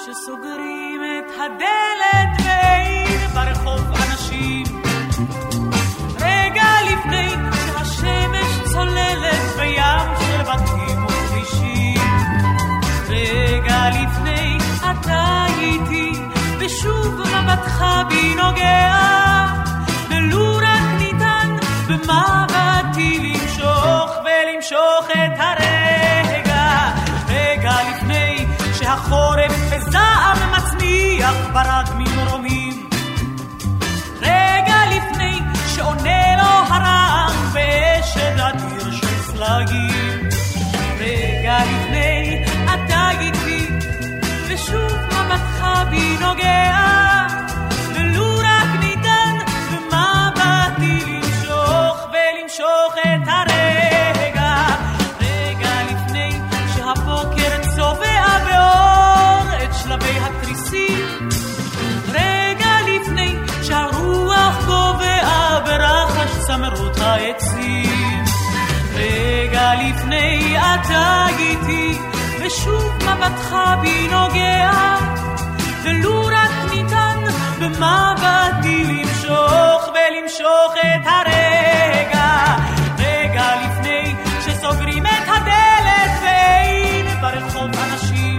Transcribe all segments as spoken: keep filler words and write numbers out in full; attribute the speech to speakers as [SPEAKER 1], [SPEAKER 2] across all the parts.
[SPEAKER 1] שסוגרים את הדלת ואין ברחוב אנשים. רגע לפני שהשמש צוללת בים של בתים וכבישים. רגע לפני אתה איתי ושוב מבטך בי נוגע, ולו רק ניתן במבטי למשוך ולמשוך את הרגע. רגע לפני שהחורף בזעם מצמיח ברד ממרומים. רגע לפני שעונה לו הרעם באשד אדיר של סלעים. רגע לפני אתה איתי ושוב מבטך בי נוגע, ולו רק ניתן במבטי למשוך ולמשוך את הרגע. רגע לפני שהבוקר צובע באור את שלבי התריסים. רגע לפני שהרוח גובע ברחש צמרות העצים. רגע לפני אתה איתי ושוב מבטך בי נוגע, ולו רק ניתן במבטי למשוך ולמשוך את הרגע. רגע לפני שסוגרים את הדלת ואין ברחוב אנשים.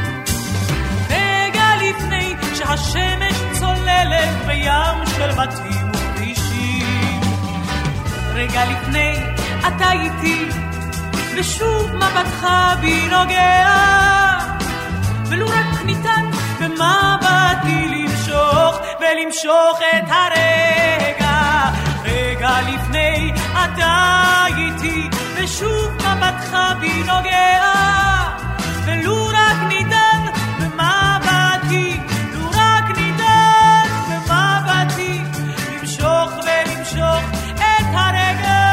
[SPEAKER 1] רגע לפני שהשמש צוללת בים של בתים וכבישים. רגע לפני אתה איתי ושוב מבטך בי נוגע, ולו רק ניתן במבטי למשוך ולמשוך את הרגע. רגע לפני אתה איתי ושוב מבטך בי נוגע, ולו רק ניתן במבטי, לו רק ניתן במבטי למשוך ולמשוך את הרגע.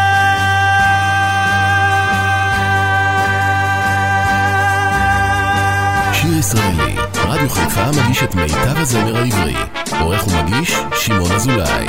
[SPEAKER 2] שיר ישראלי, רדיו חיפה מגיש את מיטב הזמר העברי. עורך ומגיש שמעון אזולאי.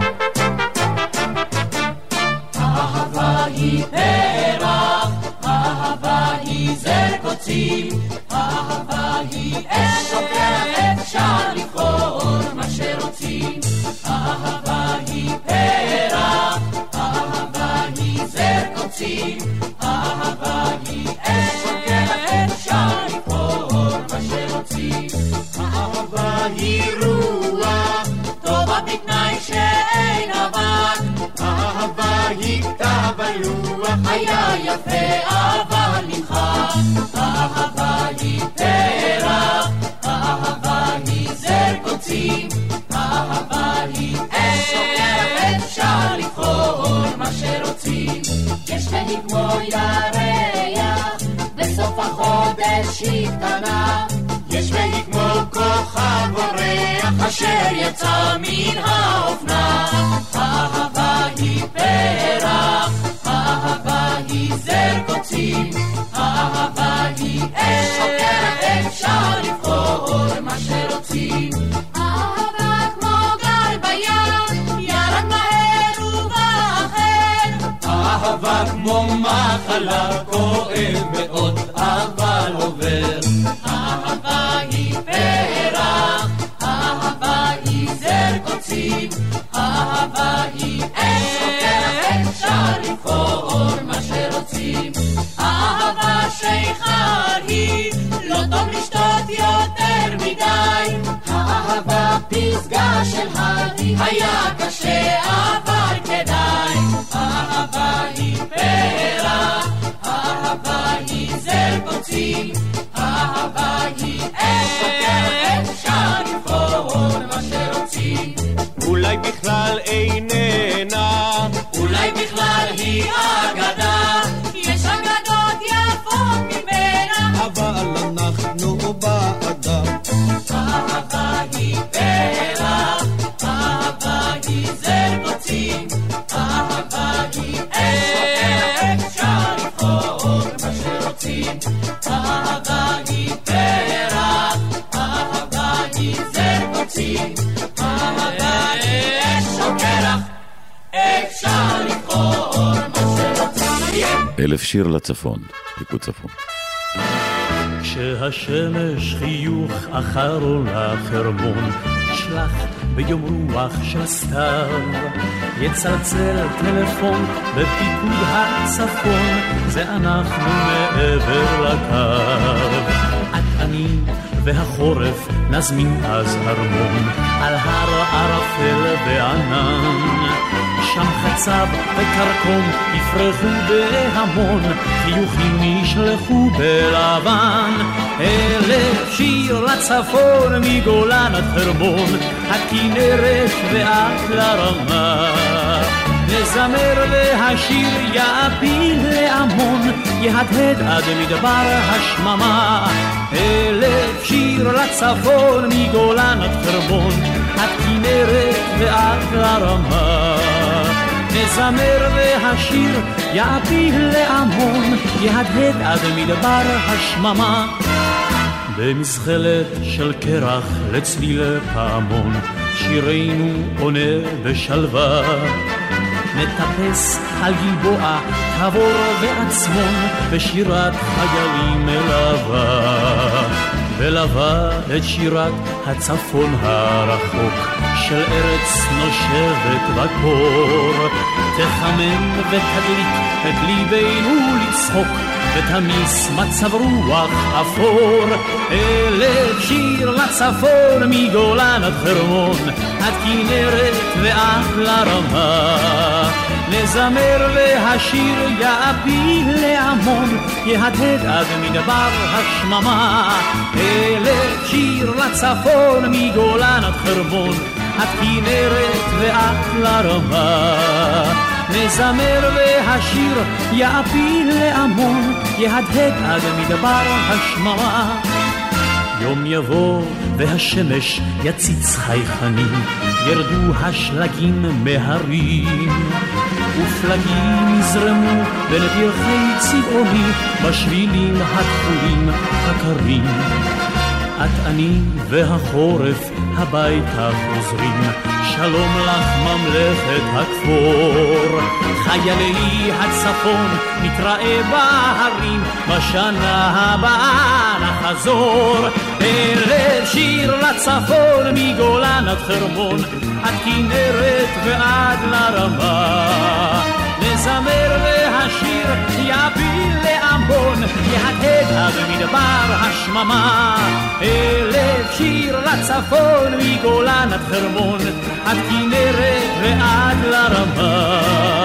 [SPEAKER 3] אהבה היא פרח, אהבה היא זר קוצים, אהבה היא אש שוקח, אפשר לבחור מה שרוצים. אהבה היא פרח, אהבה היא זר קוצים, אהבה היא אש שוקח, אפשר לבחור מה שרוצים. אהבה היא רוח טובה בתנאי שאין אבק, אהבה היא כתב הלוח היה יפה אבל נמחק. אהבה היא פרח, אהבה היא זר קוצים, אהבה היא אש שוקח, אפשר לבחור מה שרוצים. יש והיא כמו ירח בסוף החודש היא קטנה, יש והיא כמו כוכב אורח אשר יצא מן האופנה. אהבה היא פרח, אהבה היא זר קוצים, אהבה היא אש שוקח, אפשר לבחור מה שרוצים.
[SPEAKER 4] אהבה כמו גל בים, ירד מהר ובאחר.
[SPEAKER 3] אהבה כמו מחלה, כואב מאוד אבל עובר. אהבה היא פרח, אהבה היא זר קוצים, אהבה היא אש שוקח, אפשר לבחור מה שרוצים. אהבה שיכר היא, לא טוב לשתות יותר מדי. אהבה פסגה של הדי, היה קשה אבל כדאי. אהבה היא פרח, אהבה היא זר קוצים, אהבה היא אש שוקח, אפשר לבחור מה שרוצים.
[SPEAKER 5] אולי בכלל איננה,
[SPEAKER 3] אולי בכלל היא אגדה,
[SPEAKER 4] יש אגדות יפות ממנה,
[SPEAKER 5] אבל אנחנו בעדה.
[SPEAKER 3] אהבה היא פרח, אהבה היא זר קוצים, אהבה היא אש שוקח, אפשר לבחור מה שרוצים. אהבה היא פרח, אהבה היא זר קוצים, אהבה היא אש שוקח, אפשר לבחור מה שרוצים.
[SPEAKER 6] אלף שיר לצפון, פיקוד צפון.
[SPEAKER 7] כשהשמש חיוך אחרון לחרמון, שלח ביום רוח של סתיו, יצלצל טלפון בפיקוד הצפון, זה אנחנו מעבר לקו. את אני והחורף נזמין אז הרמון, על הר ערפל וענן, שם חצב וקרקום יפרחו בהמון, חיוכים ישלחו בלבן. אלף שיר לצפון מגולן עד חרמון, הכנרת ועד לרמה, נזמר והשיר יעפיל להמון, יהדהד עד מדבר השממה. אלף שיר לצפון מגולן עד חרמון, הכנרת ועד לרמה, נזמר והשיר יעפיל להמון, יהדהד עד מדבר השממה. במזחלת של קרח לצליל פעמון, שירנו עונה בשלווה, נטפס על גלבוע, תבור ועצמון, בשירת חיילים מלווה, ולווה את שירת הצפון הרחוק, של ארץ נושבת בקור, תחמם ותדליק את ליבנו לצחוק, ותמיס מצב רוח אפור. אלף שיר לצפון מגולן עד חרמון, עד כנרת ועד לרמה, נזמר והשיר יעפיל להמון, יהדהד עד מדבר השממה. אלף שיר לצפון מגולן עד חרמון, עד כנרת ועד לרמה, נזמר והשיר יעפיל להמון, יהדהד עד מדבר השממה. יום יבוא והשמש יציץ חייכנים, ירדו השלגים מהרים, ופלגים יזרמו בין פרחי צבעוני, בשבילים הכחולים הקרים. את אני והחורף הביתה חוזרים, שלום לך ממלכת הכפור. חיילי הצפון נתראה בהרים, בשנה הבאה נחזור. אלף שיר לצפון מגולן עד חרמון, עד כנרת ועד לרמה, נזמר והשיר יעפיל להמון, יהדהד עד מדבר השממה. אלף שיר לצפון מגולן עד חרמון, עד כנרת ועד לרמה,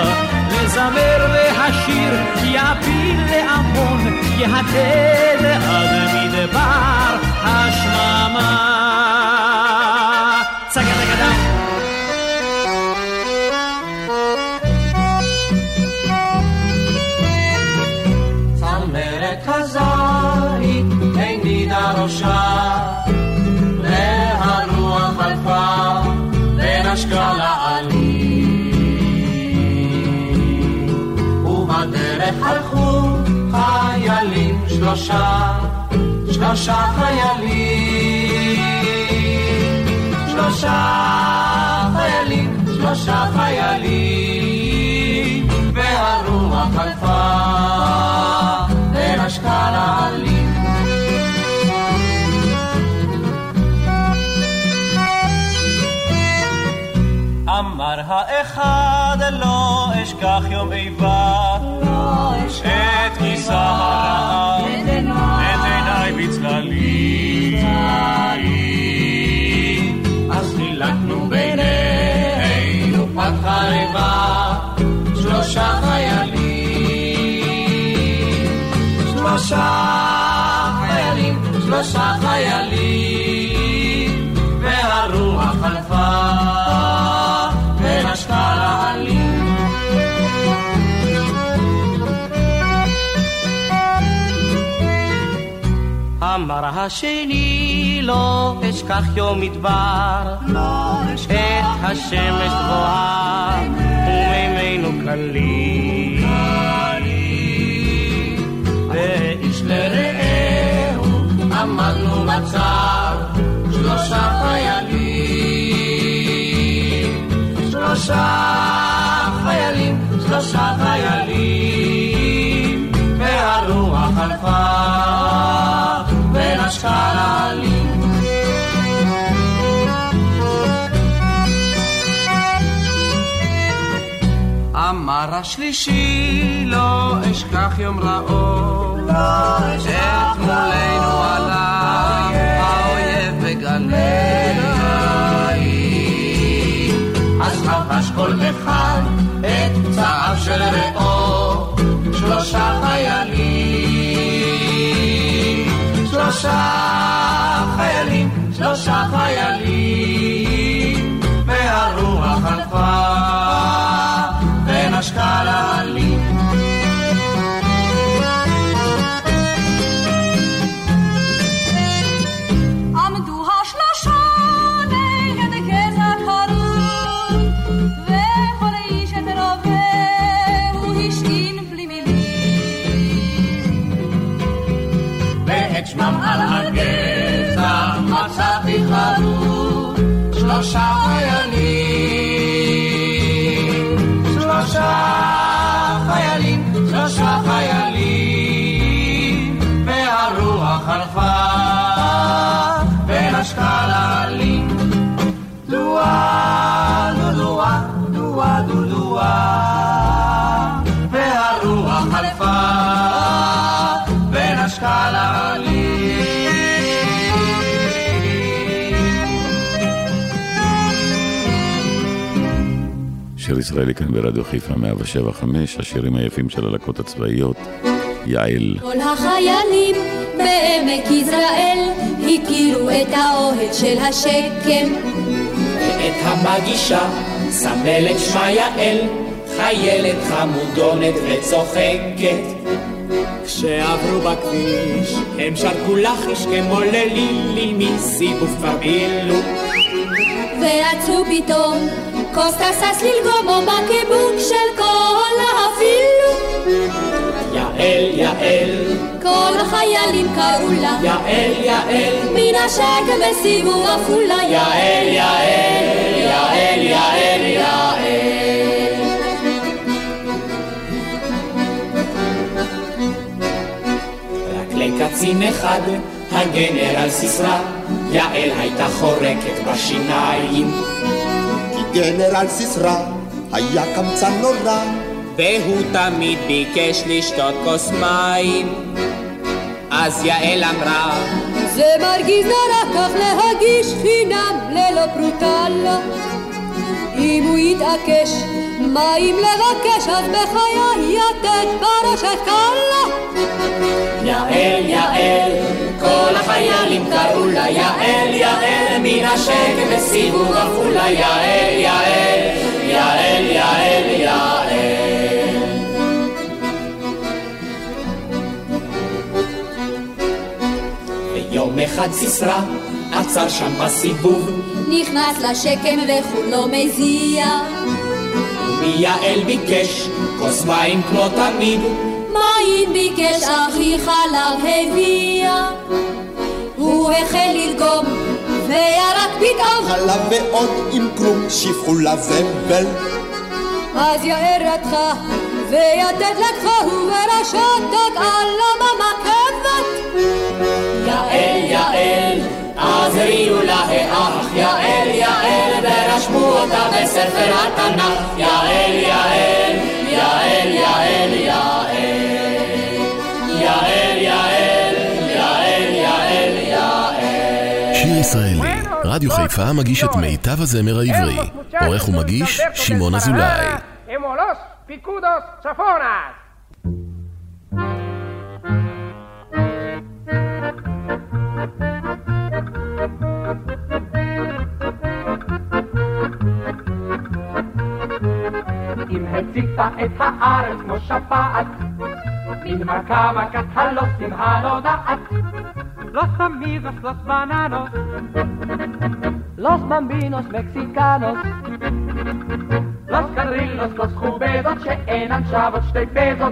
[SPEAKER 7] נזמר והשיר יעפיל להמון, יהדהד עד מדבר השממה. צגה תגדה
[SPEAKER 8] הזית אין נידה ראשה, והרוח חלפה ונשקה לעלים, ובדרך הלכו חיילים שלושה, שלושה חיילים, שלושה חיילים, שלושה חיילים, והרוח חלפה ונשקה לעלים.
[SPEAKER 9] אמר האחד לא אשכח יום איבה, את כיסה הרעה, את עיניי בצללים.
[SPEAKER 8] אז חילקנו בינינו פת חרבה, שלושה חיילים, שלושה חיילים, שלושה חיילים, והרוח חלפה ונשקה לעלים.
[SPEAKER 9] אמר השני לא אשכח יום מדבר, את השמש גבוהה ומימינו קלים,
[SPEAKER 8] ואיש לרעהו עמדנו מצב, שלושה חיילים, שלושה חיילים, שלושה חיילים, והרוח חלפה השקלים. אמר השלישי לא אשכח יום רעו, לא אשכח מולנו עלה האויב בגלי, אז חבש כל אחד את פצעיו של רעו, שלושה חיילים, שלושה חיילים, שלושה חיילים, והרוח חלפה בין השקלים.
[SPEAKER 4] עמדו השלושה נגד גזע קרוב, וכל איש את רובהו השכין בלי מילים.
[SPEAKER 8] ואת שמם על הגזע מצאתי חרוב, שלושה חיילים, שלושה חיילים, שלושה חיילים, והרוח חלפה בין השקלים. דואה, דודואה, דואה, דודואה, והרוח חלפה בין השקלים.
[SPEAKER 6] שיר ישראלי כאן ברדיו חיפה מאה שבע חמש, השירים היפים של הלהקות הצבאיות. יעל.
[SPEAKER 4] כל החיילים בעמק יזרעאל הכירו את האוהל של השקם,
[SPEAKER 10] ואת המגישה סמלת שמה יעל, חיילת חמודונת וצוחקת. כשעברו בכביש הם שרקו לחיש כמו ללילי מסיבוב כבר בילו,
[SPEAKER 4] ורצו פתאום קוסטה סס ללגום בקיבוק של כל האפילו.
[SPEAKER 10] יעל, יעל,
[SPEAKER 4] כל החיילים קראו לה
[SPEAKER 10] יעל, יעל,
[SPEAKER 4] מן השקם בסיבוב אפולה.
[SPEAKER 10] יעל, יעל, יעל, יעל, יעל. רק לקצין אחד, הגנרל סיסרא, יעל הייתה חורקת בשיניים,
[SPEAKER 11] כי גנרל סיסרא היה קמצן נורא,
[SPEAKER 10] והוא תמיד ביקש לשתות כוס מים. אז יעל אמרה,
[SPEAKER 4] זה מרגיז נורא כך להגיש חינם ללא פרוטלה. אם הוא יתעקש מים לבקש, אז בחיי יתת בראשת קלה.
[SPEAKER 10] יעל, יעל, כל החיילים קראו לה יעל, יעל, מן השקם בסיבוב אפולה. יעל, יעל, יעל, יעל, יעל. ויום אחד סיסרא עצר שם בסיבוב,
[SPEAKER 4] נכנס לשקם וכולו מזיע,
[SPEAKER 10] ומיעל ביקש כוס מים כמו תמיד,
[SPEAKER 4] מים ביקש אחי חלב הביאה. הוא החל ללגום וירק פתאום
[SPEAKER 11] חלב ועוד עם כלום שפכו לזבל.
[SPEAKER 4] אז יעל רתחה ויתד לקחה וברשתק על המקבת.
[SPEAKER 10] יעל, יעל, אז הריעו לה האח. יעל, יעל, ורשמו אותה בספר התנ"ך. יעל, יעל, יעל, יעל, יעל, יעל, יעל, יעל, יעל, יעל.
[SPEAKER 2] שיר ישראלי, רדיו חיפה מגיש את מיטב הזמר העברי. עורך ומגיש שמעון אזולאי.
[SPEAKER 12] אמולוס פיקודוס צפונס.
[SPEAKER 13] אם הציפה את הארץ כמו שפעת, מן מכה מכת הלוסים הנודעת.
[SPEAKER 14] Los amigos, los bananos,
[SPEAKER 13] los bambinos mexicanos, los carrilos, los jubedos שאינן שוות שתי פזות.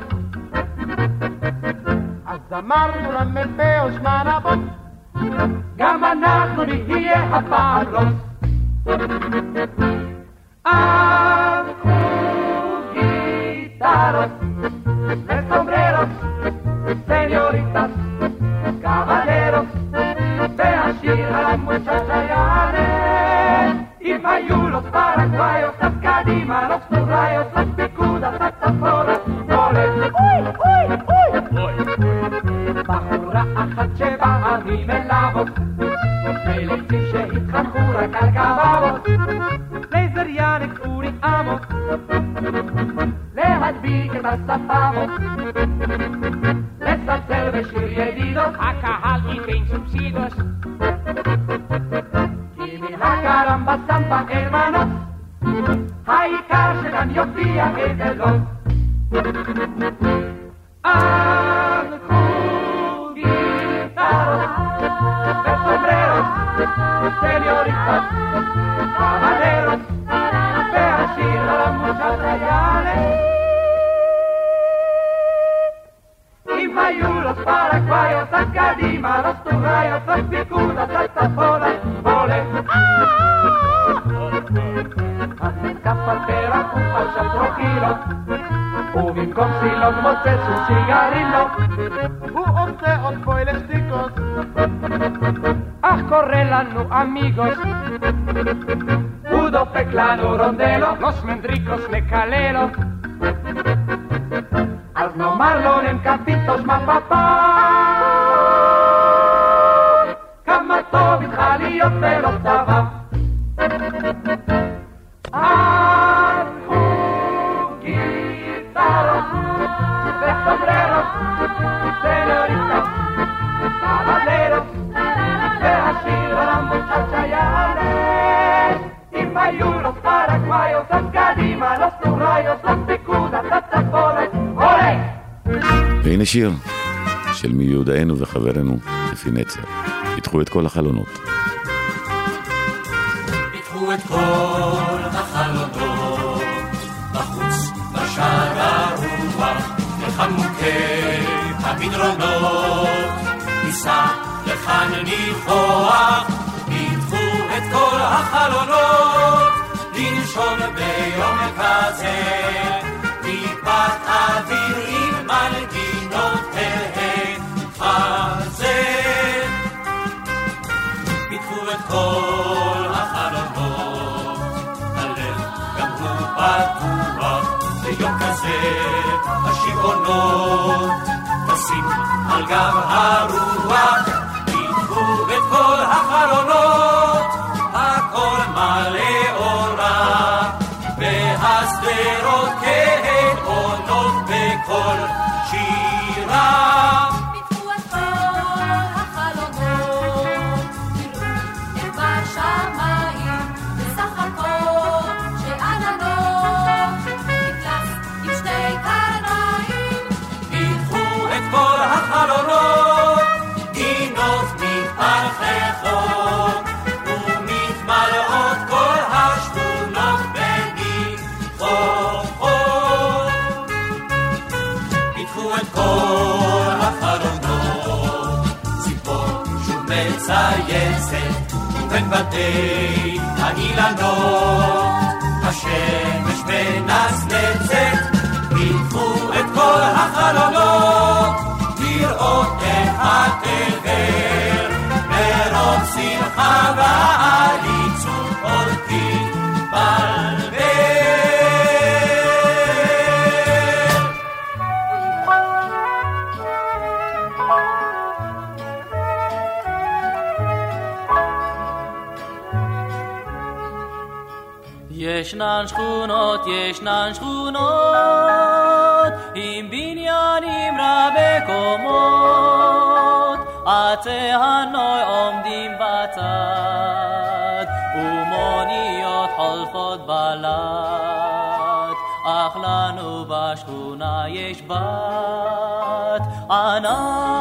[SPEAKER 14] אז אמרנו למטבע זמן אבות,
[SPEAKER 13] גם אנחנו נהיה הפעם רוס. אז קחו גיטרות וסומבררות, סניוריטס, caballeros, muchachayales. Y mayulos paraguayos, las cadimas, los turrayos, las picudas, las tazoras, goles. ¡Uy, uy, uy! בחורה אחת שבאה ממלאבוס, מלצים שהתחנכו רק על קבבות. לייזר יאניק אורי עמוק, להדביק את הספרות, לצלצל בשיר ידידות, הקהל ייתן סובסידות. כי מן הקרמבה סמבה אין מנוס, העיקר שגם יופיע גדלות. Señoritas, caballeros, vean a las muchachayales. Y mayulos paraguayos, las cadimas, los turrayos, las picudas, las tazonas, ole. Hacen capaltera, un falso trojilo, ובמקום סילות מוצא סוס סיגרינו. הוא עושה עוד פוילסטיקות, אך קורא לנו אמיגוס. הוא דופק לנו רונדלו, לוס מנדריקוס מקללו. אז נאמר לו נמקפיטוס מפפה, כמה טוב איתך להיות ולא צבא. Sombreros, señoritas, caballeros, vean a las muchachayales. Y mayulos paraguayos, las cadimas, los turrayos, las picudas, las tazones, ¡ole!
[SPEAKER 6] והנה שיר של מיודענו וחברנו לפי נצר. פיתחו את כל החלונות.
[SPEAKER 15] פיתחו את כל החלונות, בחוץ בשער הרוח, חמוקי המדרונות, ניסה לכאן ניחוח, פיתחו את כל החלונות, לנשון ביום כזה, טיפת אוויר עם מנגינות חזה. פיתחו את כל החלונות, הלב גם הוא פתוח ביום כזה, השיגעונות תשים על גב הרוח, פיתחו את כל החלונות, הכל מלא אורה, והשדרות כהן עונות בכל שירה.
[SPEAKER 4] פיתחו את כל החלונות, תראו את בשמיים, בסך הכל שעננות, מפלס עם שתי קרניים.
[SPEAKER 15] פיתחו את כל החלונות, גינות מתפרחחות, ומתמלאות כל השכונות בניחוחות. פיתחו את כל החלונות, ציפור שוב מצייצת, ובין בתי האילנות, השמש מנצנצת. פיתחו את כל החלונות, לראות את התבל, מרוב שמחה ועליצות הולכים בלבל.
[SPEAKER 16] ישנן שכונות, ישנן שכונות, עם בניינים רבי קומות, עצי הנוי עומדים בצד, ומוניות חולפות בלט, אך לנו בשכונה יש בת ענת.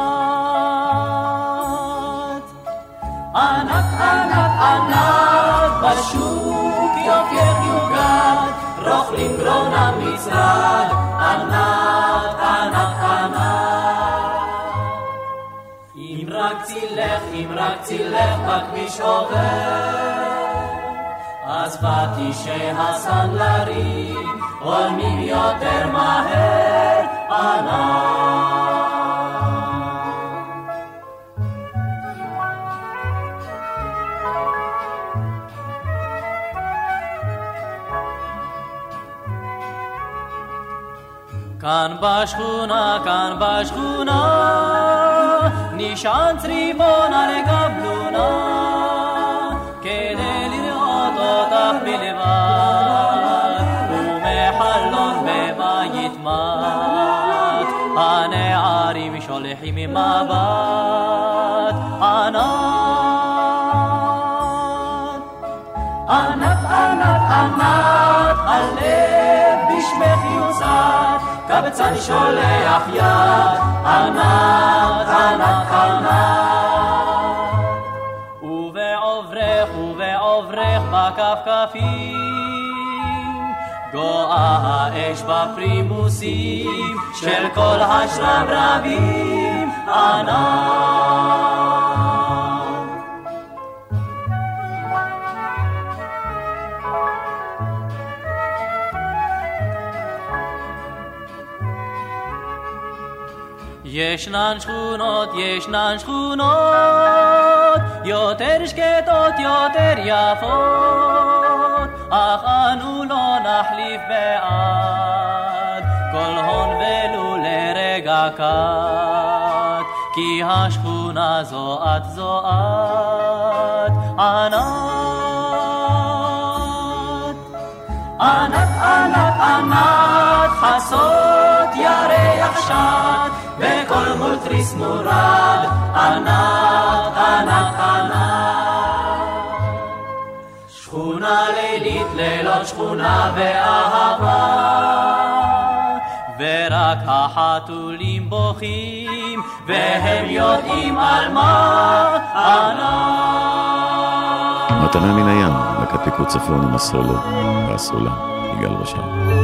[SPEAKER 16] ענת, ענת, ענת, בשוק יופייך יוגד, רוכלים גרון המשרד, ענת, ענת, ענת. אם רק צילך, אם רק צילך בכביש עובר, אז באתי שהסנדלרים עולמים יותר מהר, ענת.
[SPEAKER 9] בשכונה, כאן בשכונה, נשען צריבון על גבלונה, כדי לראות אותך בלבד, ומחלון בבית מת, הנערים שולחים מבט ענת. ענת, ענת, ענת, הלב בשמך יוצאת, קבצן שולח יד, ענת, ענת, ענת. ובעוברך, ובעוברך בכפכפים, גואה האש בפרימוסים של כל השרברבים, ענת. ישנן שכונות, ישנן שכונות, יותר שקטות, יותר יפות, אך אנו לא נחליף בעד כל הון ולו לרגע קט, כי השכונה זו את, זו את, ענת. ענת, ענת, ענת, חסות ירח שט, בכל מול תריס מורד, ענת, ענת, ענת. שכונה לילית, לילות שכונה ואהבה, ורק החתולים בוכים, והם יודעים על מה, ענת.
[SPEAKER 6] מתנה מן הים, להקת פיקוד צפון עם הסולו והסולה, יגאל בשן.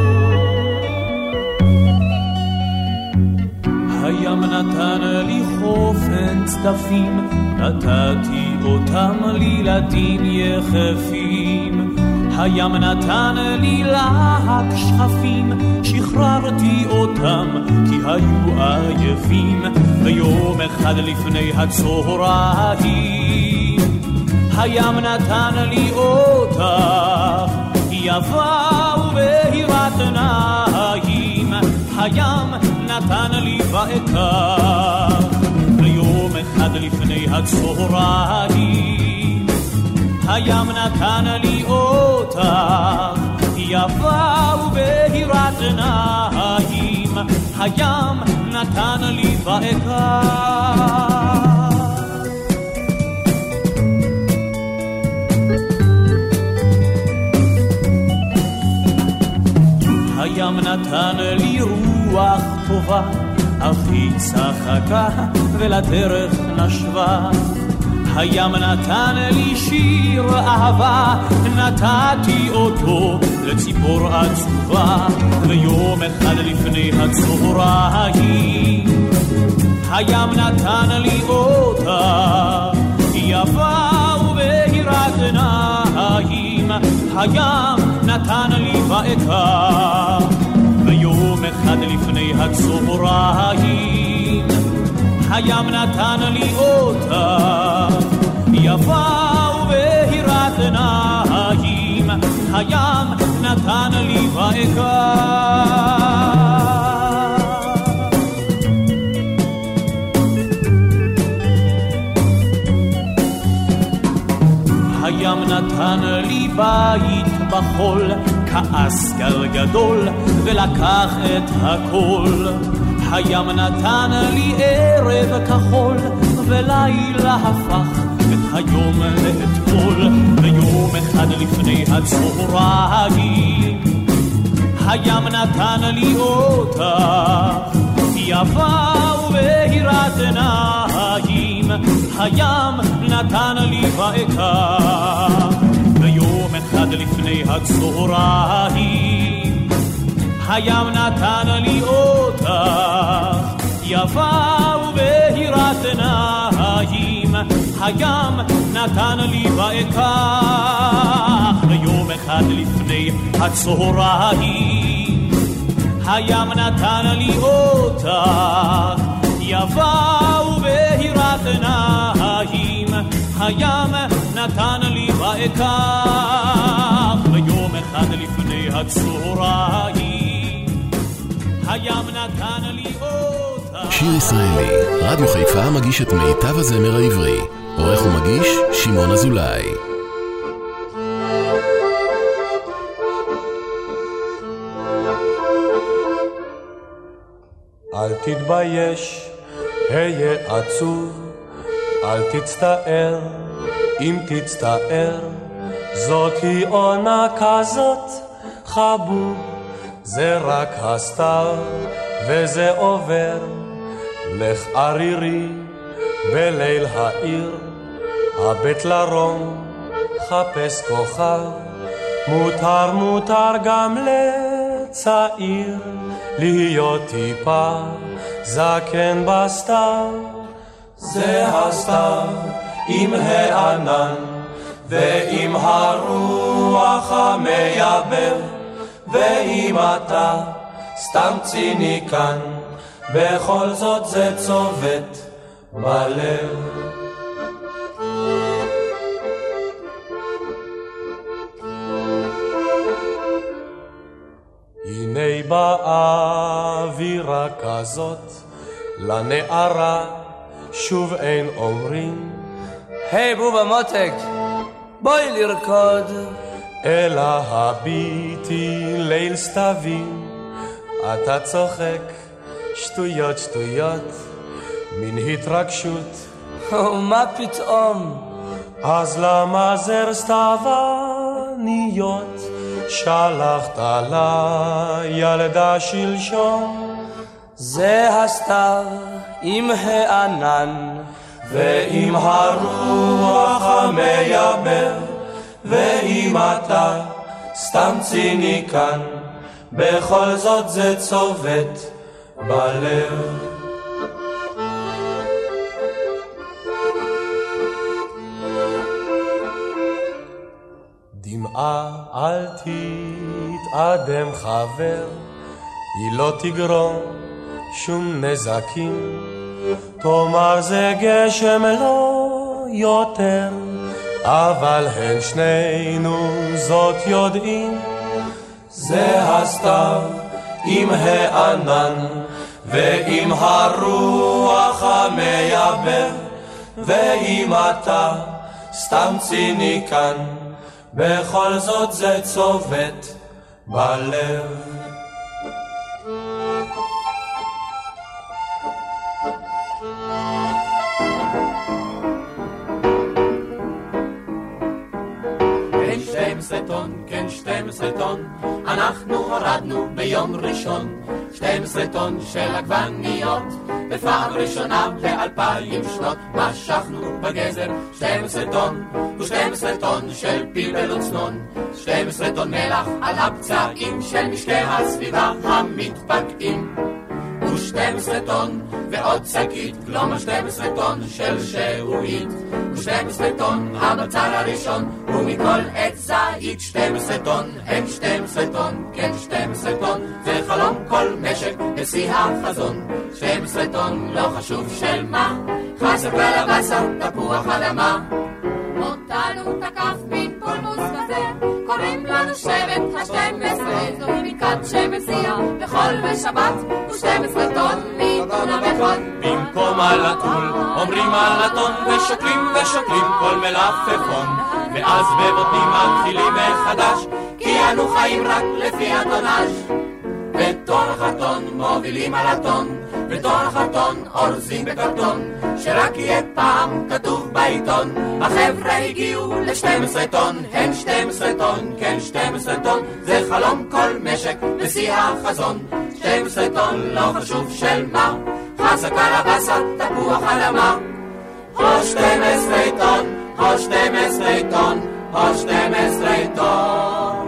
[SPEAKER 7] הים נתן לי חופן צדפים, נתתי אותם לילדים יחפים. הים נתן לי להק שחפים, שחררתי אותם כי היו עייפים. ויום אחד לפני הצהריים, הים נתן לי אותך, יפה ובהירת עיניים. הים נתן לי ואקח, ויום אחד לפני הצהריים, הים נתן לי אותך, יפה ובהירת עיניים. הים נתן לי ואקח. הים נתן לי רוח טובה, אך היא צחקה ולדרך נשבה. הים נתן לי שיר אהבה, נתתי אותו לציפור עצובה. ויום אחד לפני הצהריים, הים נתן לי אותה, יפה ובהירת עיניים. הים נתן לי ואקח, ויום אחד לפני הצהריים, הים נתן לי אותה, יפה ובהירת עיניים. הים נתן לי ואקח. הים נתן לי בית בחול, כעס גל גדול ולקח את הכל. הים נתן לי ערב כחול, ולילה הפך את היום לאתמול. ויום אחד לפני הצהריים, הים נתן לי אותך, יפה ובהירת עיניים. הים נתן לי ואקח, ויום אחד לפני הצהריים, הים נתן לי אותך, יפה ובהירת עיניים. הים נתן לי ואקח, ויום אחד לפני הצהריים, הים נתן לי אותך, יפה ובהירת עיניים. הים נתן לי ואקח, ויום אחד לפני הצהריים, הים נתן לי אותה.
[SPEAKER 2] שיר ישראלי, רדיו חיפה מגיש את מיטב הזמר העברי. עורך ומגיש שמעון אזולאי.
[SPEAKER 17] אל תתבייש, היה עצוב, אל תצטער, אם תצטער, זאת היא עונה כזאת, חבוב, זה רק הסתיו, וזה עובר, לך ערירי, בליל העיר, הבט לרום, חפש כוכב, מותר מותר גם לצעיר, להיות טיפה זקן בסתיו. זה הסתיו עם הענן ועם הרוח המייבב, ואם אתה סתם ציניקן, בכל זאת זה צובט בלב. הנה באווירה כזאת לנערה שוב אין אומרים
[SPEAKER 18] היי בובה מותק, בואי לרקוד,
[SPEAKER 17] אלא הביטי ליל סתבים, אתה צוחק שטויות שטויות מן התרגשות.
[SPEAKER 18] ומה פתאום?
[SPEAKER 17] אז למה זר סתיווניות שלחת לילדה שלשום?
[SPEAKER 18] זה הסתיו עם הענן
[SPEAKER 17] ועם הרוח המייבב, ואם אתה סתם ציניקן, בכל זאת זה צובט בלב. דמעה אל תתאדם חבר, היא לא תגרום שום נזקים, תאמר זה גשם לא יותר, אבל הן שנינו זאת יודעים. זה הסתיו עם הענן ועם הרוח המייבב, ואם אתה סתם ציניקן, בכל זאת זה צובט בלב.
[SPEAKER 3] כן שתים עשרה טון, כן שתים עשרה טון, אנחנו הורדנו ביום ראשון שתים עשרה טון של עגבניות, בפעם ראשונה באלפיים שנות משכנו בגזר שתים עשרה טון ו-שתים עשרה טון של פלפל וצנון, שתים עשרה טון מלח על הפצעים של משקי הסביבה המתפקעים, ו-שתים עשרה טון ועוד שקית, כלומר שתים עשרה טון של שעועית, ו-שתים עשרה טון הבצל הראשון, ומכל עץ זית שתים עשרה טון, הם שתים עשרה טון, כן שתים עשרה טון, זה חלום כל משק בשיא החזון, שתים עשרה טון לא חשוב של מה, חסר קלבסה, תפוח אדמה, אותנו תקף בין פולמוס כזה, קוראים לנו שבט השתים עשרה, זוהי מכת שמזיע בכל ושבת, ושתים עשרה טון מטון המחוד.
[SPEAKER 7] במקום על הטול אומרים על הטון, ושוקלים ושוקלים כל מלפפון, ואז בבוטנים מתחילים מחדש, כי אנו חיים רק לפי הטונאז'. בתור החתון מובילים על הטון, בתור החתון אורזים בקרטון, שרק יהיה פעם כתוב בעיתון, החבר'ה הגיעו ל-שתים עשרה טון, הם שתים עשרה טון, כן שתים עשרה טון, זה חלום כל משק בשיא החזון, שתים עשרה טון לא חשוב של מה, חסקה לבסה, תפוח אדמה, או שתים עשרה טון, או שתים עשרה טון, או שתים עשרה טון.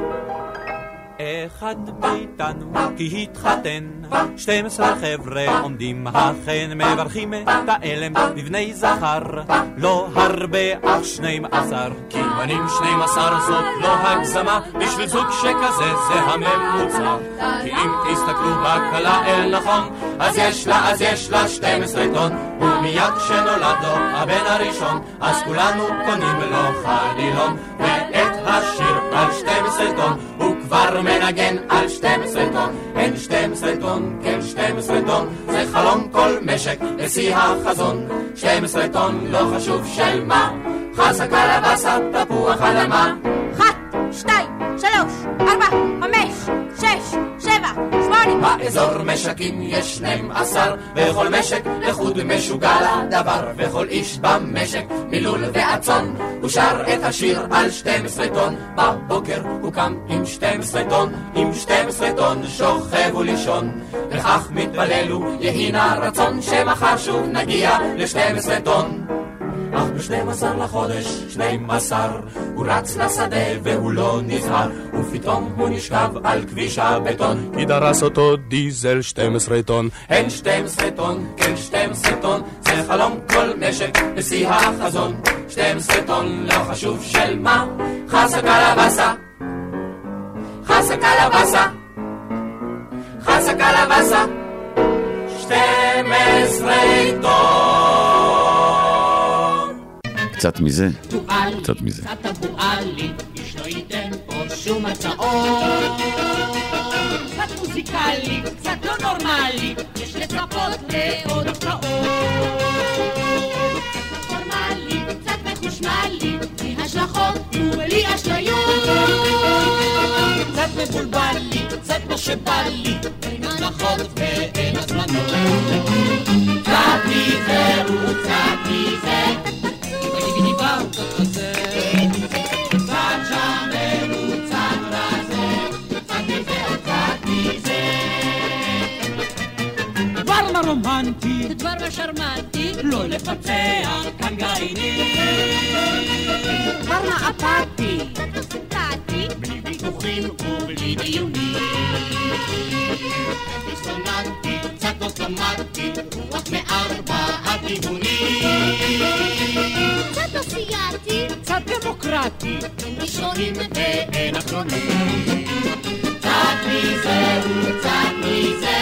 [SPEAKER 19] אחד ביתנו כי התחתן, שתים עשרה חבר'ה עומדים החן, מברכים את האלם בבני זכר, לא הרבה אך שנים עשר,
[SPEAKER 7] כי בנים שנים עשר זאת לא הגזמה, בשביל זוג שכזה זה הממוצע, כי אם תסתכלו בקלה אל נכון, אז יש לה, אז יש לה שתים עשרה טון, ומיד כשנולד לו הבן הראשון, אז כולנו קונים לו חלילון, ואת השיר על שתים עשרה טון, הוא כבר מנגן על שתים עשרה טון. אין שתים עשרה טון, כן שתים עשרה טון, זה חלום כל משק לשיא החזון. שתים עשרה טון, לא חשוב של מה, חסה קלבסה, תפוח אדמה.
[SPEAKER 20] אחת, שתיים, שלוש, ארבע, חמש, שש, שבע, שמונה.
[SPEAKER 7] באזור משקים יש שנים עשר, וכל משק לחוד משוגע לדבר, וכל איש במשק מילול ועצון, הוא שר את השיר על שתים עשרה טון. בבוקר הוא קם עם שתים עשרה טון, עם שתים עשרה טון שוכב ולישון, וכך מתפללו יהי נא רצון, שמחר שוב נגיע ל-שתים עשרה טון. אך ב-שנים עשר לחודש, שנים עשר, הוא רץ לשדה והוא לא נזהר, ופתאום הוא נשכב על כביש הבטון,
[SPEAKER 17] כי דרס אותו דיזל שתים עשרה טון.
[SPEAKER 7] אין שתים עשרה טון, כן שתים עשרה טון, זה חלום כל משק לשיא החזון. שתים עשרה טון, לא חשוב של מה, חסה קלבסה, חסה קלבסה, חסה קלבסה, שתים עשרה טון.
[SPEAKER 6] קצת מזה, קצת מזה.
[SPEAKER 10] קצת אבואלי, איש לא ייתן פה שום הצעות. קצת מוזיקלי, קצת לא נורמלי, יש לצפות לעוד הפרעות. קצת פורמלי, קצת מחושמלי, בלי השלכות ובלי אשליות. קצת מבולבל לי, קצת כמו שבא לי, אין הנחות ואין הזמנות. קצת מזה וקצת מזה,
[SPEAKER 1] רומנטי,
[SPEAKER 10] דבר ושרמנטי,
[SPEAKER 1] לא לפצח כאן גרעינים.
[SPEAKER 10] דבר מעפתי, סטטי,
[SPEAKER 1] בלי ויכוחים ובלי דיונים. דיסוננטי, קצת אוטומטי, רוח מארבע הכיוונים.
[SPEAKER 10] קצת אוסייתי,
[SPEAKER 1] קצת דמוקרטי,
[SPEAKER 10] אין ראשונים
[SPEAKER 1] ואין אחרונים.
[SPEAKER 10] קצת מזה וקצת מזה,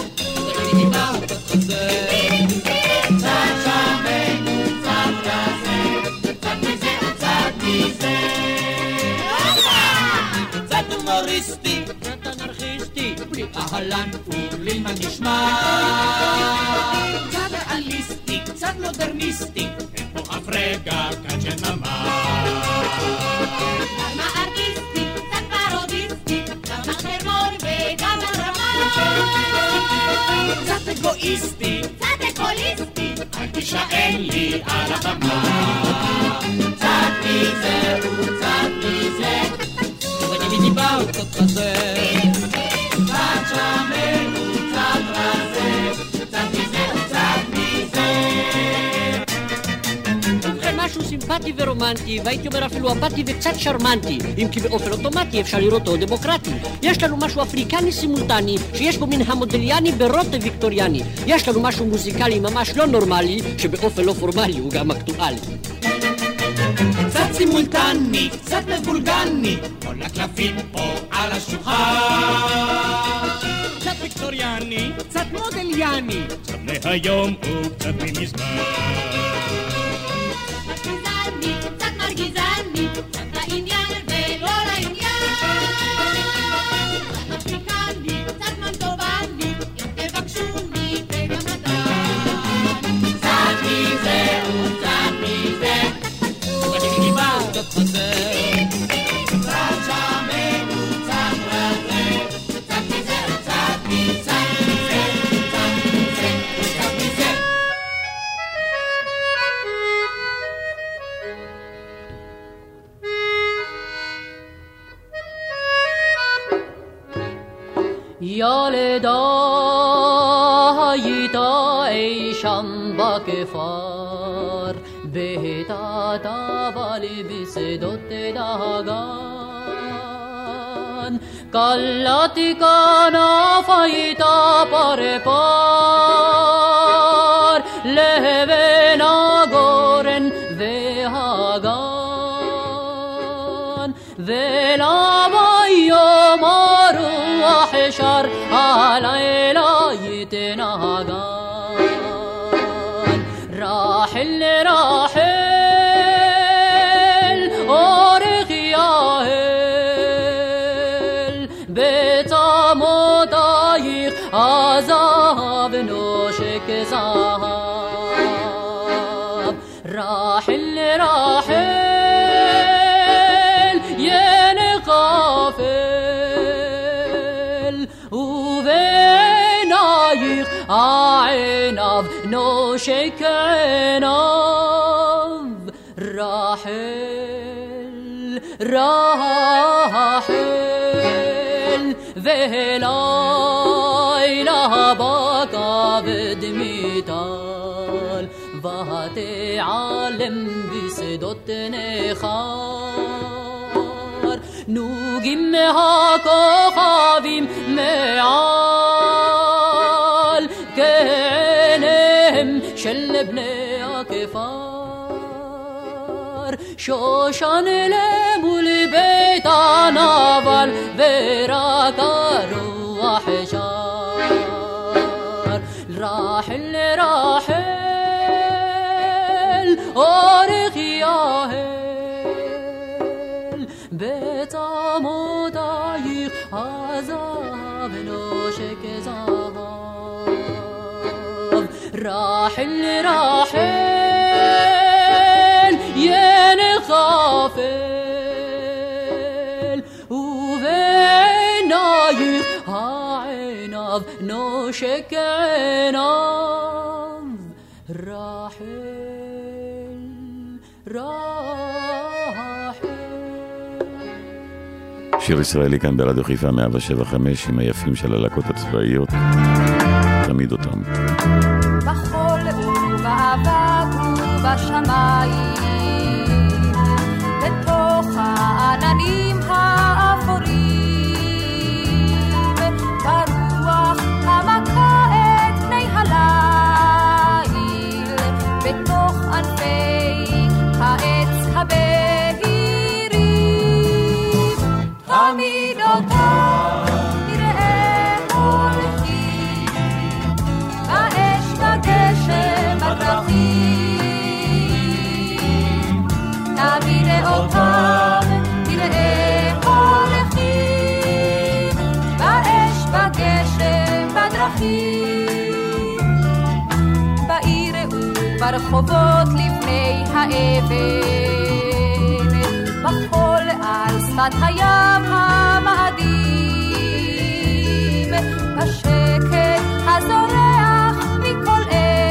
[SPEAKER 1] קצת הומוריסטי, קצת אנרכיסטי, בלי אהלן ובלי מה נשמע. קצת ריאליסטי, קצת מודרניסטי, אין פה אף רגע כאן של ממש.
[SPEAKER 10] כמה ארטיסטי, קצת פרודיסטי, כמה חרמון וגם הרמה.
[SPEAKER 1] קצת אגואיסטי,
[SPEAKER 10] קצת אקוליסטי,
[SPEAKER 1] אל תישאל לי על הבמה.
[SPEAKER 10] קצת מזה וקצת מזה,
[SPEAKER 1] דיבר קצת כזה,
[SPEAKER 10] קצת שמן וקצת רזה, קצת מזה וקצת מזה.
[SPEAKER 21] ובכן משהו סימפטי ורומנטי, והייתי אומר אפילו אפתי וקצת שרמנטי, אם כי באופן אוטומטי אפשר לראותו דמוקרטי. יש לנו משהו אפריקני סימולטני, שיש בו מן המודליאני ברוטה ויקטוריאני. יש לנו משהו מוזיקלי ממש לא נורמלי, שבאופן לא פורמלי הוא גם אקטואלי.
[SPEAKER 1] קצת סימולטני, קצת מבולגני, כל הקלפים פה על השולחן. קצת ויקטוריאני, קצת מודליאני, קצת להיום וקצת ממזמן.
[SPEAKER 10] קצת גזעני, קצת מרגיזני, קצת לעניין ולא לעניין. קצת אפריקני, קצת מנטובני, אם תבקשוני וגם נתן. קצת מזה וקצת מזה,
[SPEAKER 1] קצת חזה,
[SPEAKER 10] קצת שמן וקצת רזה, קצת מזה וקצת מזה, קצת מזה וקצת מזה.
[SPEAKER 21] ילדה הייתה אי שם בכפר, בהיטת אבל בשדות דגן. קלעתי כנף הייתה פרפר, לבין הגורן והגן. ולמה יום הרוח שר, הלילה יתנגן. רחל רחל אורך יהל רחל ין חפל ובעינייך העיניו נושק עיניו רחל רחל והלילה בכבד מיטל ותעלם בשדות נחר נוגים מהכוכבים מעל כעיניהם של בני הכפר שושן למול בית הנבל ורק הרוח שר רחל רחל אורך יהל בצמותייך הזהב נושק זהב רחל רחל ין חפל ובעינייך העיניו נושק עיניו רחל רחל.
[SPEAKER 6] שיר ישראלי כאן ברדיו חיפה מאה שבע וחמש עם היפים של הלהקות הצבאיות, תמיד אותם.
[SPEAKER 4] בחול ובאבק ובשמיים בתוך העננים האפורים ברוח המכה את פני הליל בתוך ענפי העץ הבהירים תמיד אותם נראה הולכים באש בגשם בדרכים תמיד אותם נראה הולכים באש בגשם בדרכים בעיר וברחובות לפני האבן בחול על שפת הים המאדים בשקט הזורח מכל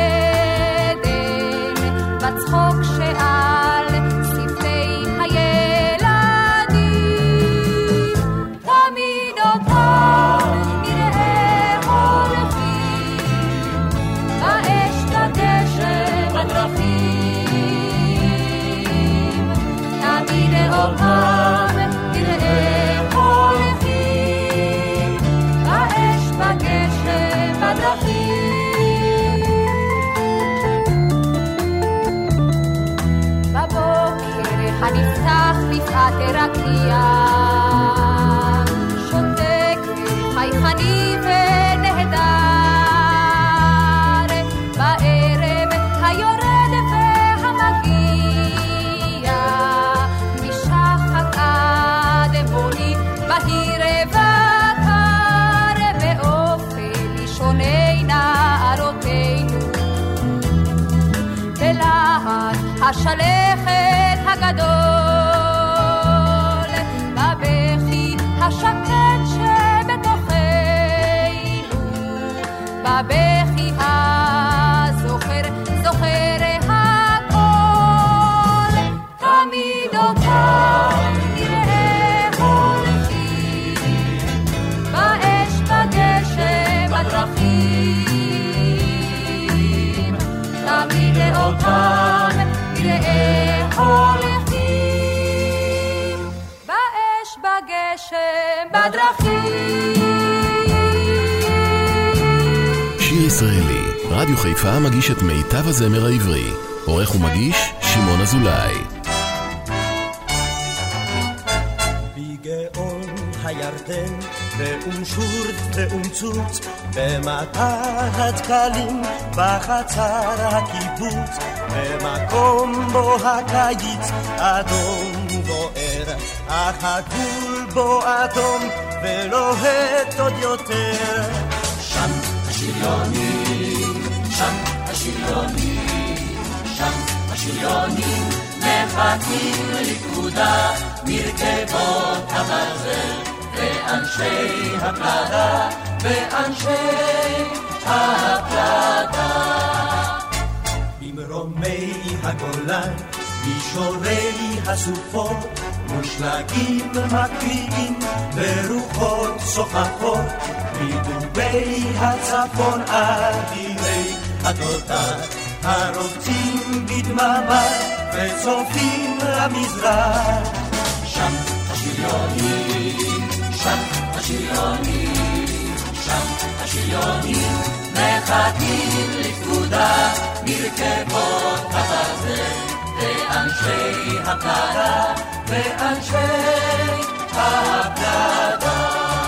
[SPEAKER 4] עדן בצחוק שעל שפתי הילדים תמיד אותם נראה הולכים באש בגשם בדרכים תמיד אותם נראה הולכים באש בגשם בדרכים בבוקר הנפתח בפעת רקיע שותק וחייכני ונהדר בערב היורד והמגיע משחק עד מולי בהיר וקר באופן לישוני נערותינו בלהט השלכת הגדול בבכי השקט שבתוכנו בבכי הזוכר זוכר הכל תמיד אותם נראה הולכים באש בגשם בדרכים תמיד אותם נראה הולכים באש בגשם בדרכים.
[SPEAKER 2] שיר ישראלי, רדיו חיפה מגיש את מיטב הזמר העברי. עורך ומגיש שמעון אזולאי.
[SPEAKER 5] בגאון הירדן באום-שור ואום-צוץ במטר הדקלים בחצר הקיבוץ במקום בו הקיץ אדום בוער אך הגבול בו אדום ולוהט עוד יותר
[SPEAKER 15] שם השריונים שם השריונים שם השריונים מחכים לפקודה מרכבות הברזל ואנשי הפלדה ואנשי הפלדה. במרומי הגולן מישורי הסופות מושלגים מקריאים ברוחות סוחפות מדובי הצפון אדירי התותח הרוצים בדממה וצופים למזרח. שם השריונים, שם השריונים, שם השריונים מחכים לפקודה מרכבות הברזל ואנשי הפלדה ואנשי הפלדה.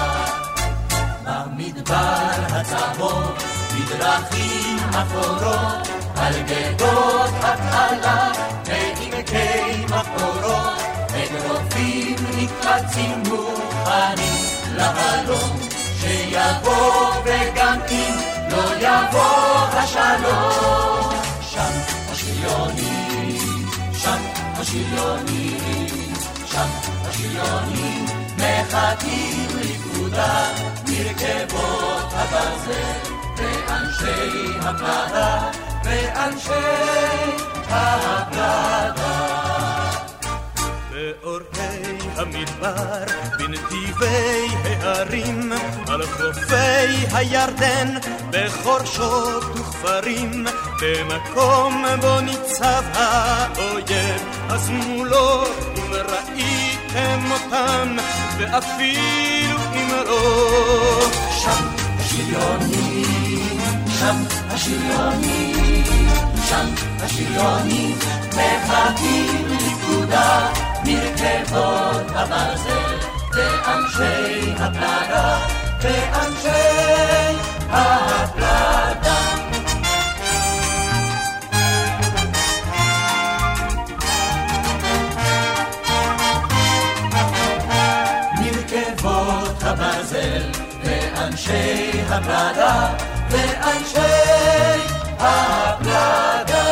[SPEAKER 15] במדבר הצהוב בדרכים אפורות על גדות הקהלה ועמקי מחפורות אגרופים נקלצים מוכנים לבלום שיבוא וגם אם לא יבוא השלום. שם השריונים, שם השריונים, שם השריונים מחכים לפקודה מרכבות הברזל ואנשי הפלדה ואנשי הפלדה. באורכי המדבר בנתיבי הערים על חופי הירדן בחורשות וכפרים במקום בו ניצב האויב אז מולו אם ראיתם אותם ואפילו אם לא. שם השריונים, שם השריונים, שם השריונים מחכים לפקודה מרכבות הברזל ואנשי הפלדה ואנשי הפלדה. מרכבות הברזל ואנשי הפלדה ואנשי הפלדה.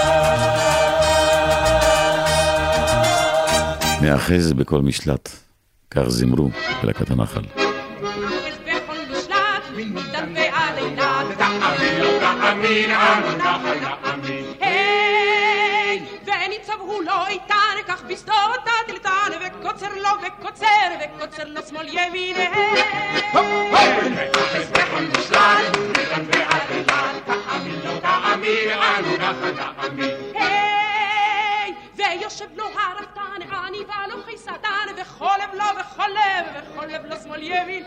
[SPEAKER 6] מאחז בכל משלט, כך זמרו בלהקת הנחל.
[SPEAKER 8] מאחז בכל משלט, מדווה עלינה, תאמין לו תאמין, אנו נחל נאמין. היי, וניצב הוא לא איתן, כך בסדות הדלתן, וקוצר לו וקוצר, וקוצר לו שמאל ימין. מאחז בכל משלט, מדווה עלינה, תאמין לו תאמין, אנו נחל נאמין. ויושב לו הרפתן, עניבה לו חיסדן, וחולב לו וחולב, וחולב לו שמאל ימין.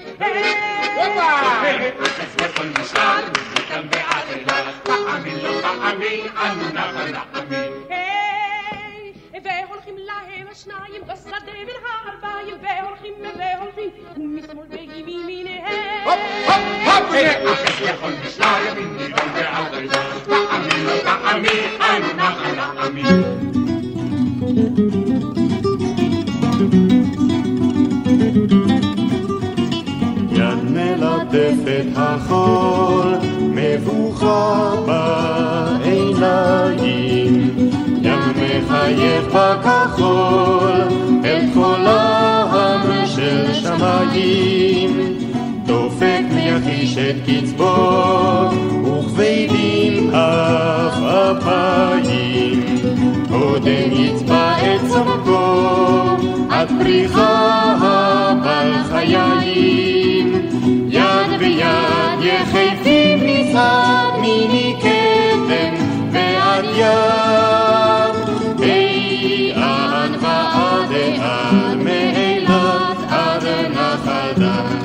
[SPEAKER 8] מאחז בכל משל, מכאן ועד אילת, תאמין לו תאמין, אנו נחל נאמין. והולכים להם השניים בשדה בין הארבעים, והולכים והולכים, ומשמאל וימיניהם. מאחז בכל משל, מכאן ועד אילת, תאמין לו תאמין, אנו נחל נאמין.
[SPEAKER 22] יד מלטפת החול, מבוכה בעיניים, יד מחייך בכחול, אל כל העם של שמיים, דופק מיחיש את קצבו, וכבדים אף אפיים, עודן יצבע את צמקו, עד פריחה בלחיים, יד ביד יחפים ניצד מיני קדם ועד יד, אי-אן ועד אל מאילת עד נחל דן.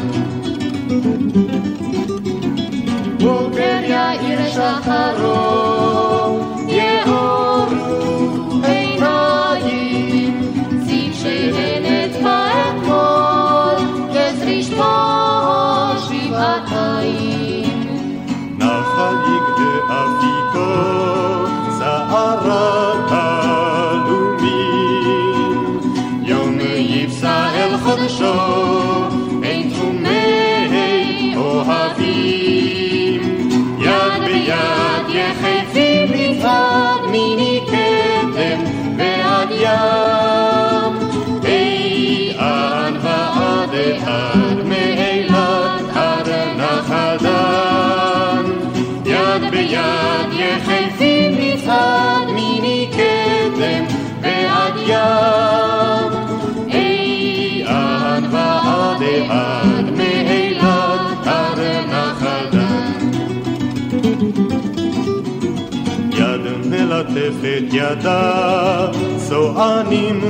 [SPEAKER 22] בוקר יאיר שחרו יאורו עיניים, ציב שהנת האתמול יזריש פה שבעתיים. נחל יגדה אביקו זערת הלומים, יום יפסע אל חודשו אין תחומי אוהבים, יד ביד יחפים נפרד מיני קדם ועד יד. את ידה צוענים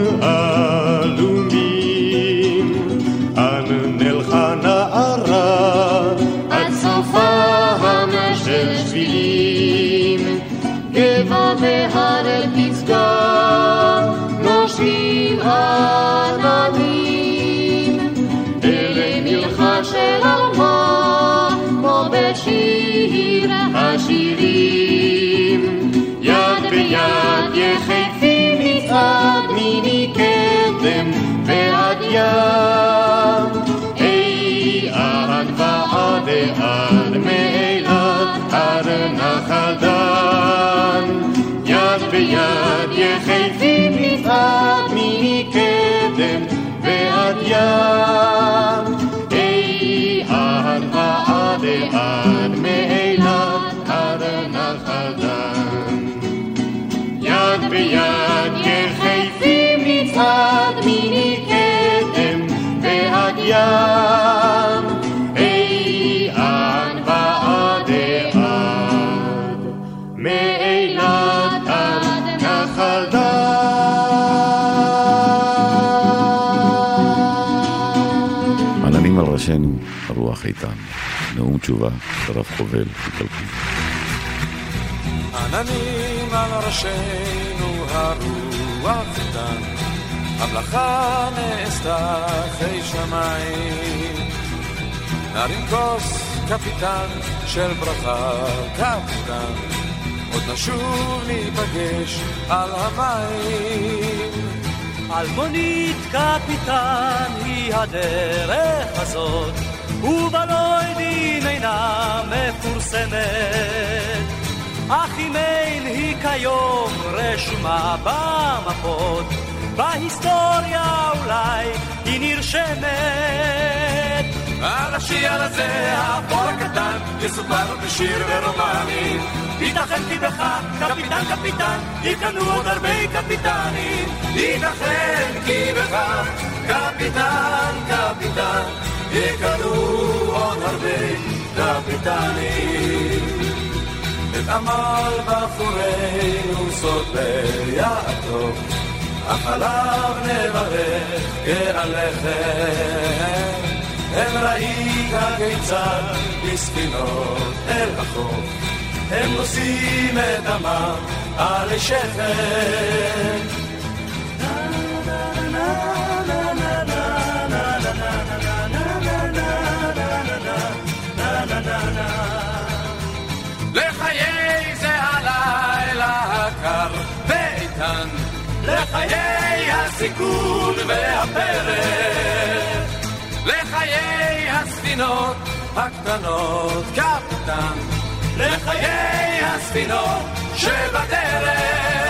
[SPEAKER 22] עלומים. אנו נלכה נערה עד סופם של שבילים, גבע והר אל פסגה נושבים עננים. אלה מלכה של אלמה כמו בשיר השירים, יד ביד יחפים מצעד מיני קדם ועד ים. אי עד ועד עד מאילת עד נחל דן, יד ביד יחפים מצעד מיני קדם ועד ים. אי עד ועד עד מאילת עד נחל דן, יד ביד יחפים מצעד מיני קדם ועד ים. אי עד ועד עד מאילת עד נחל דן.
[SPEAKER 6] עננים על ראשנו, הרוח איתן. נאום תשובה, שרף חובל, איטלקי.
[SPEAKER 11] עננים על ראשנו, הרוח איתן. המלאכה נעשתה חי שמיים. נרים כוס קפיטן של ברכה, קפיטן. עוד נשוב להיפגש על המים.
[SPEAKER 9] אלמונית קפיטן היא הדרך הזאת, ובלוידים אינה מפורסמת, אך אם אין היא כיום רשומה במפות, בהיסטוריה אולי היא נרשמת.
[SPEAKER 11] על השיער הזה האפור הקטן יסופר בשיר ורומנים, ייתכן כי בך קפיטן קפיטן יקנו עוד הרבה קפיטנים, ייתכן כי בך קפיטן קפיטן יקנו עוד הרבה קפיטנים. את עמל בחורנו סוד ביעתו, החלב נברך כעליכם. הם ראית כיצד בספינות אל החוף, הם נושאים את דמם על שכם. לחיי זה הלילה הקר ואיתן, לחיי הסיכון והפרק, לחיי הספינות הקטנות קפטן, לחיי הספינות שבדרך,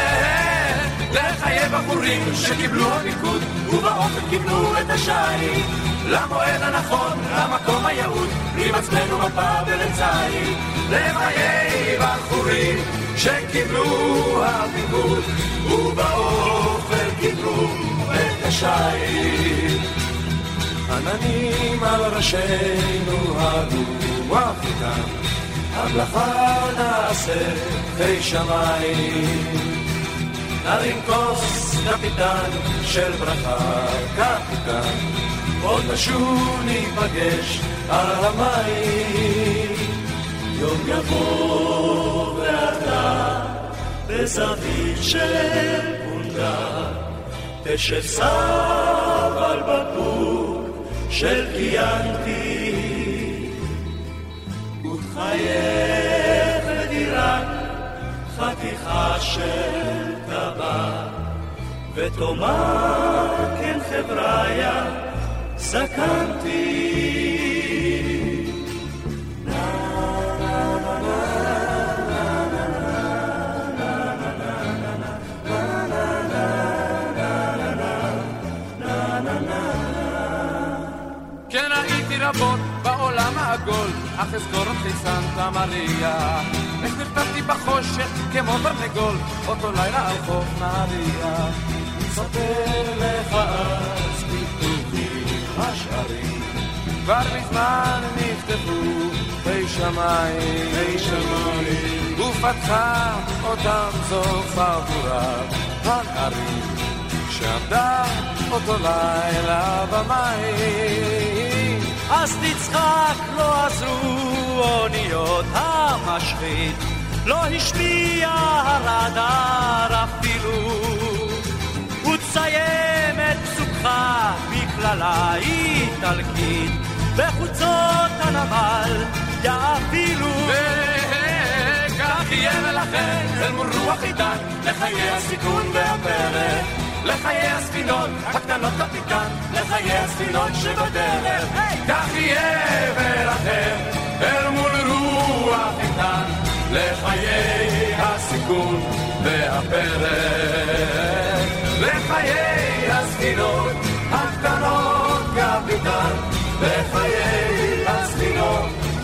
[SPEAKER 11] לחיי בחורים שקיבלו הפיקוד ובאופן קיבלו את השייט, למועד הנכון, למקום היעוד, בלי מצפן ומפה ולצייט, לחיי בחורים שקיבלו הפיקוד ובאופן קיבלו את השייט. עננים על ראשנו הרוח איתן, המלאכה נעשה חי שמיים. נרים כוס קפיטן של ברכה, קפיטן, עוד נשוב ניפגש על המים. יום יבוא ואתה בזווית של פונדה, תשב סב על בקבוק של קיינתי, ותחייך לדירת חתיכה של טבק, ותאמר כן חבריה זקנתי. כן ראיתי רבות בעולם העגול, אך אזכור אותי סנטה מריה, איך נרתמתי בחושך כמו ברנגול, אותו לילה על חוף נהריה. ספר לך אז פתוחים השערים, כבר מזמן נכתבו בי שמיים, בי שמיים,
[SPEAKER 12] פתחה אותם זוף עבורה הנערים שעמדה אותו לילה במים.
[SPEAKER 9] אז תצחק לא עזרו אוניות המשחית, לא השמיע הרדאר אפילו, ותסיים את פסוקך בכללה איטלקית, בחוצות הנמל יאפילו.
[SPEAKER 11] וכך יהיה ולכן אל מול רוח איתן, לחיי הסיכון והפרק, לחיי הספינות הקטנות קפיטן, לחיי הספינות שבדרך. כך יהיה ולכן אל מול רוח איתן, לחיי הסיכון והפרק, לחיי הספינות הקטנות קפיטן, לחיי הספינות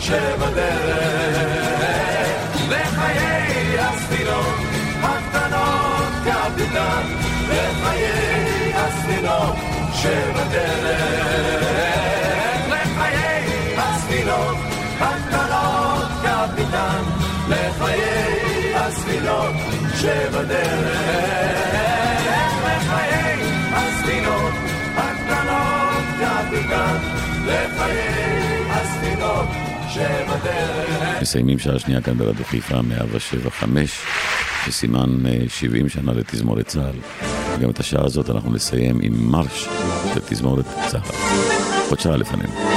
[SPEAKER 11] שבדרך, לחיי הספינות הקטנות קפיטן, לחיי הספינות שבדרך, לחיי הספינות הקטנות קפיטן, לחיי הספינות שבדרך, לחיי הספינות הקטנות קפיטן, לחיי הספינות שבדרך.
[SPEAKER 6] מסיימים שעה שנייה כאן ברדיו חיפה מאה שבע חמש, בסימן שבעים שנה לתזמורת צה"ל. גם את השעה הזאת אנחנו נסיים עם מרש לתזמורת צה"ל. עוד שעה לפנינו.